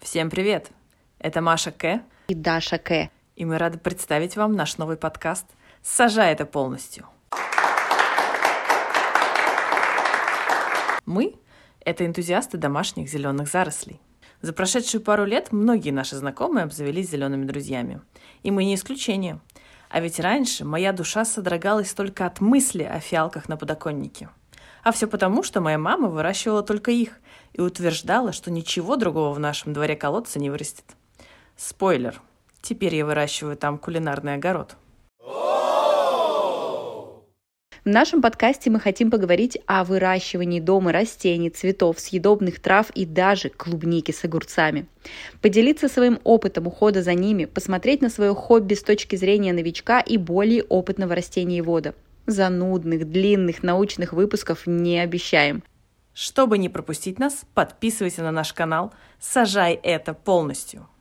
Всем привет! Это Маша К. и Даша К. И мы рады представить вам наш новый подкаст «Сажай это полностью». Мы – это энтузиасты домашних зеленых зарослей. За прошедшую пару лет многие наши знакомые обзавелись зелеными друзьями. И мы не исключение. А ведь раньше моя душа содрогалась только от мысли о фиалках на подоконнике. А все потому, что моя мама выращивала только их и утверждала, что ничего другого в нашем дворе колодца не вырастет. Спойлер. Теперь я выращиваю там кулинарный огород. В нашем подкасте мы хотим поговорить о выращивании дома растений, цветов, съедобных трав и даже клубники с огурцами. Поделиться своим опытом ухода за ними, посмотреть на свое хобби с точки зрения новичка и более опытного растениевода. Занудных, длинных научных выпусков не обещаем. Чтобы не пропустить нас, подписывайся на наш канал «Сажай это полностью».